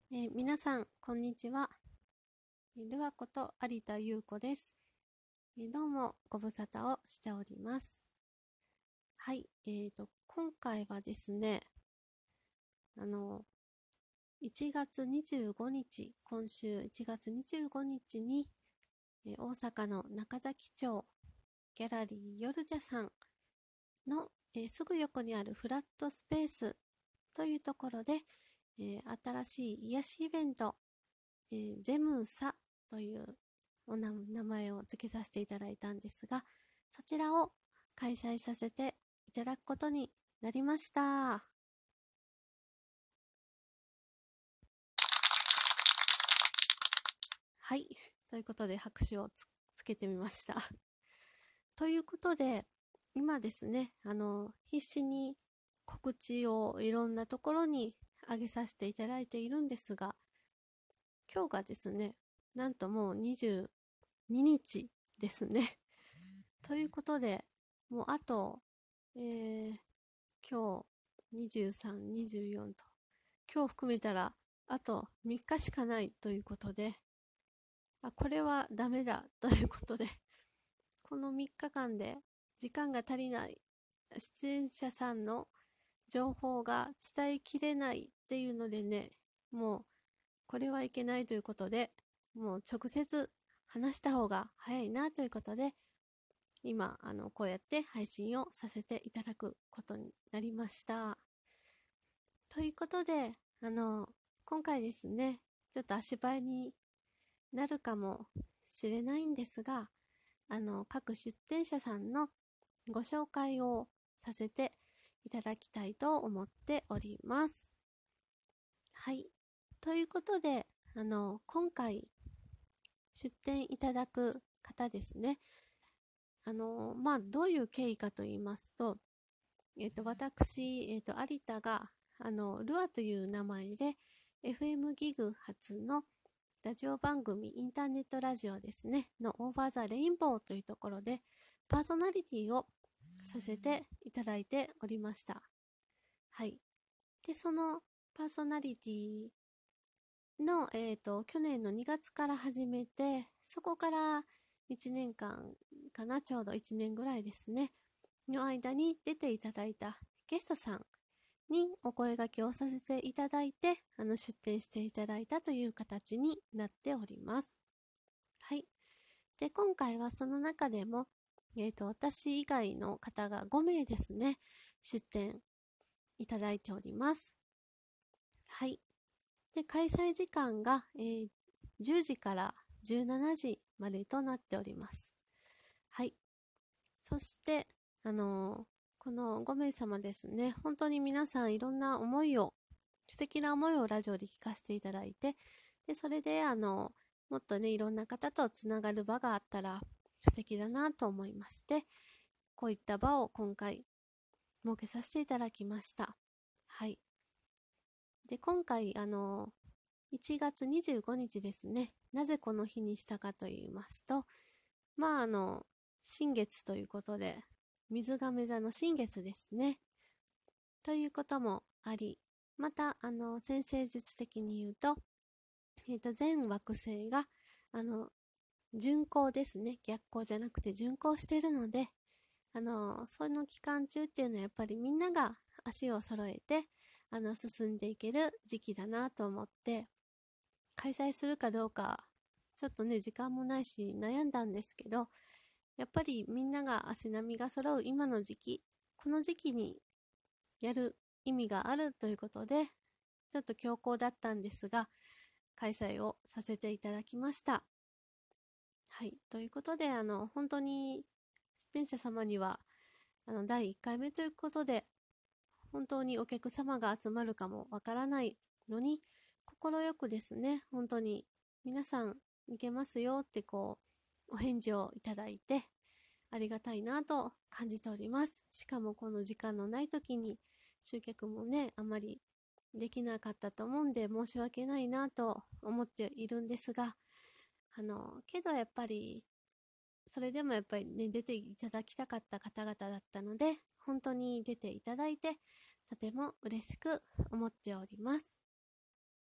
皆さん、こんにちは。ルアこと有田優子です。どうもご無沙汰をしております。はい、今回はですね、1月25日、今週1月25日に、大阪の中崎町ギャラリーヨルジャさんの、すぐ横にあるフラットスペースというところで、新しい癒しイベント、ゼムサという名前を付けさせていただいたんですが、そちらを開催させていただくことになりました。はい。ということで拍手をつけてみました。ということで、今ですね、必死に告知をいろんなところに上げさせていただいているんですが、今日がですね、なんともう22日ですね。ということで、もうあと、今日23、24と、今日含めたらあと3日しかないということで、これはダメだということで、この3日間で時間が足りない、出演者さんの情報が伝えきれないっていうのでね、もうこれはいけないということで、もう直接話した方が早いなということで、今こうやって配信をさせていただくことになりました。ということで、今回ですね、ちょっと足早になるかもしれないんですが、各出店者さんのご紹介をさせていただきたいと思っております。はい。ということで、今回出店いただく方ですね。どういう経緯かと言いますと、私、有田が、ルアという名前で、FM ギグ初のラジオ番組、インターネットラジオですね、のオーバーザレインボーというところで、パーソナリティをさせていただいておりました。はい。で、そのパーソナリティの、去年の2月から始めて、そこから1年間かな、ちょうど1年ぐらいですね、の間に出ていただいたゲストさんにお声掛けをさせていただいて、出展していただいたという形になっております。はい。で、今回はその中でも、私以外の方が5名ですね、出展いただいております。はい。で、開催時間が、10時から17時までとなっております。はい。そして、この5名様ですね、本当に皆さんいろんな思いを、素敵な思いをラジオで聞かせていただいて、で、それで、もっとね、いろんな方とつながる場があったら素敵だなと思いまして、こういった場を今回設けさせていただきました。はい。で、今回、1月25日ですね。なぜこの日にしたかと言いますと、新月ということで、水亀座の新月ですね。ということもあり、また、占星術的に言うと、全惑星が、巡行ですね。逆行じゃなくて巡行しているので、その期間中っていうのはやっぱりみんなが足を揃えて、進んでいける時期だなと思って、開催するかどうか、ちょっとね、時間もないし悩んだんですけど、やっぱりみんなが足並みが揃う今の時期、この時期にやる意味があるということで、ちょっと強行だったんですが、開催をさせていただきました。はい。ということで、本当に出展者様には、第1回目ということで、本当にお客様が集まるかもわからないのに、快くですね、本当に皆さん行けますよってお返事をいただいて、ありがたいなと感じております。しかもこの時間のない時に集客もね、あまりできなかったと思うんで申し訳ないなと思っているんですが、けどやっぱり、それでもやっぱりね、出ていただきたかった方々だったので、本当に出ていただいて、とても嬉しく思っております。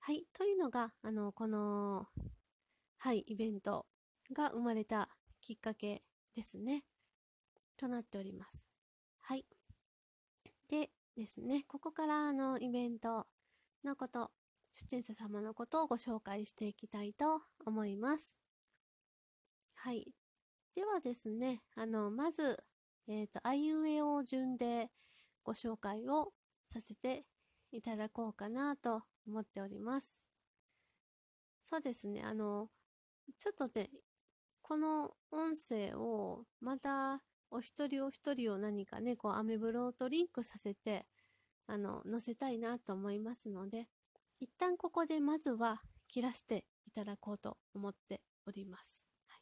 はい。というのが、この、はい、イベントが生まれたきっかけですね。となっております。はい。でですね、ここからイベントのこと、出展者様のことをご紹介していきたいと思います。はい。ではですね、まず、あいうえお順でご紹介をさせていただこうかなと思っております。そうですね、ちょっとね、この音声をまたお一人お一人を何かね、こうアメブロとリンクさせて、載せたいなと思いますので、一旦ここでまずは切らしていただこうと思っております。はい、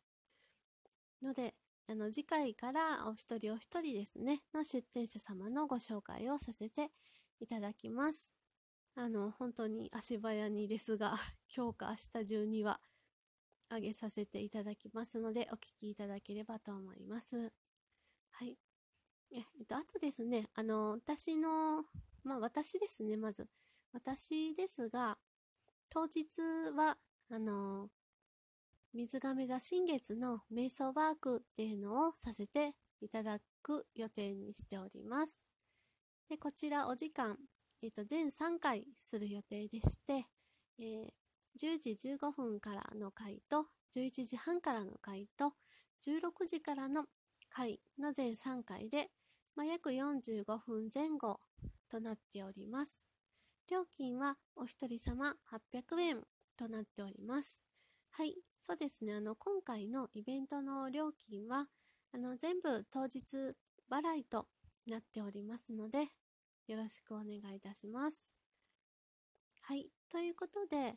ので、次回からお一人お一人ですね、の出展者様のご紹介をさせていただきます。本当に足早にですが、今日か明日中には上げさせていただきますので、お聞きいただければと思います。はい。あとですね、私の、私ですね、まず。私ですが、当日は、水亀座新月の瞑想ワークっていうのをさせていただく予定にしております。で、こちらお時間、全3回する予定でして、10時15分からの回と、11時半からの回と、16時からの回の全3回で、約45分前後となっております。料金はお一人様800円となっております。はい、そうですね。今回のイベントの料金は、全部当日払いとなっておりますので、よろしくお願いいたします。はい、ということで、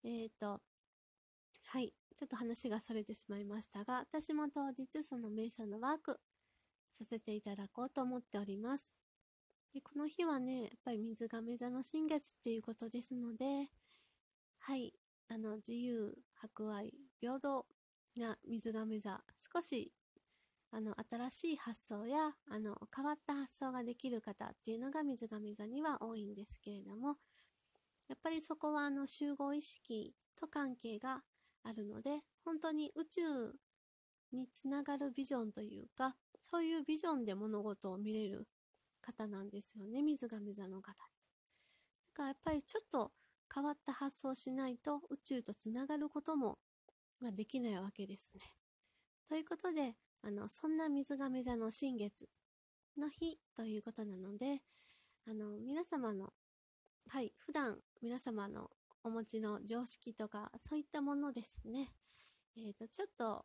はい、ちょっと話がそれてしまいましたが、私も当日その瞑想のワークさせていただこうと思っております。で、この日はね、やっぱり水亀座の新月っていうことですので、はい、自由、博愛、平等な水亀座、少し、新しい発想や、変わった発想ができる方っていうのが水亀座には多いんですけれども、やっぱりそこは、集合意識と関係があるので、本当に宇宙につながるビジョンというか、そういうビジョンで物事を見れる方なんですよね、水亀座の方って。だからやっぱりちょっと変わった発想をしないと宇宙とつながることも、できないわけですね。ということで、そんな水亀座の新月の日ということなので、皆様の、はい、普段皆様のお持ちの常識とか、そういったものですね。ちょっと、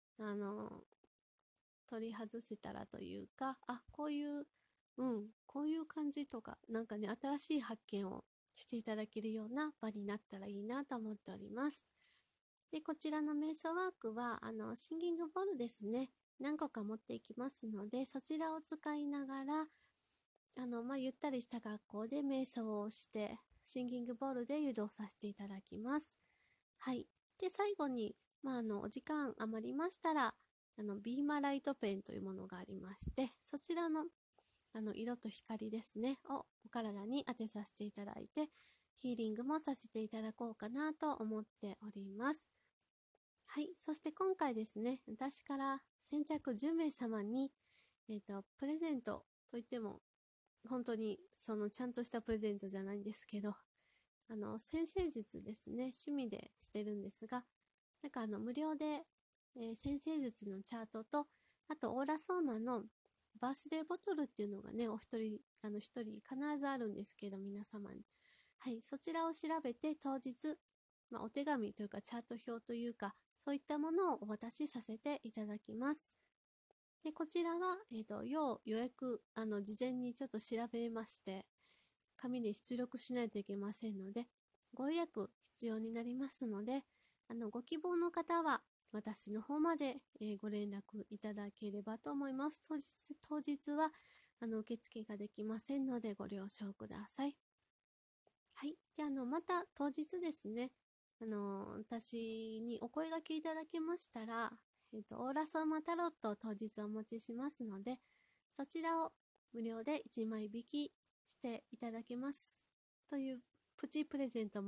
取り外せたらというか、こういう、こういう感じとか、なんかね、新しい発見をしていただけるような場になったらいいなと思っております。で、こちらの瞑想ワークは、シンギングボールですね。何個か持っていきますので、そちらを使いながら、ゆったりした学校で瞑想をして、シンギングボールで誘導させていただきます。はい。で、最後に、お時間余りましたら、ビーマライトペンというものがありまして、そちらの、色と光ですね、をお体に当てさせていただいて、ヒーリングもさせていただこうかなと思っております。はい。そして今回ですね、私から先着10名様に、プレゼントといっても、本当にちゃんとしたプレゼントじゃないんですけど、先生術ですね、趣味でしてるんですが、なんか無料で、先生術のチャートと、あとオーラソーマのバースデーボトルっていうのがね、お一人、一人必ずあるんですけど、皆様に。はい、そちらを調べて当日、お手紙というかチャート表というか、そういったものをお渡しさせていただきます。で、こちらは、要予約、事前にちょっと調べまして、紙で出力しないといけませんので、ご予約必要になりますので、ご希望の方は、私の方まで、ご連絡いただければと思います。当日は、受付ができませんので、ご了承ください。はい。で、また当日ですね、私にお声掛けいただけましたら、オーラソーマタロットを当日お持ちしますので、そちらを無料で1枚引きしていただけます。というプチプレゼントも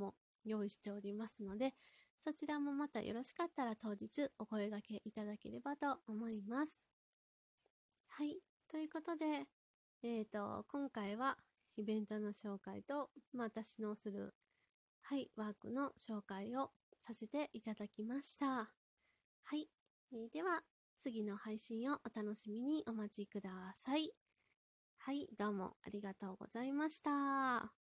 用意しておりますので、そちらもまたよろしかったら当日お声掛けいただければと思います。はい。ということで、今回はイベントの紹介と、私のする、はい、ワークの紹介をさせていただきました。はい。では、次の配信をお楽しみにお待ちください。はい、どうもありがとうございました。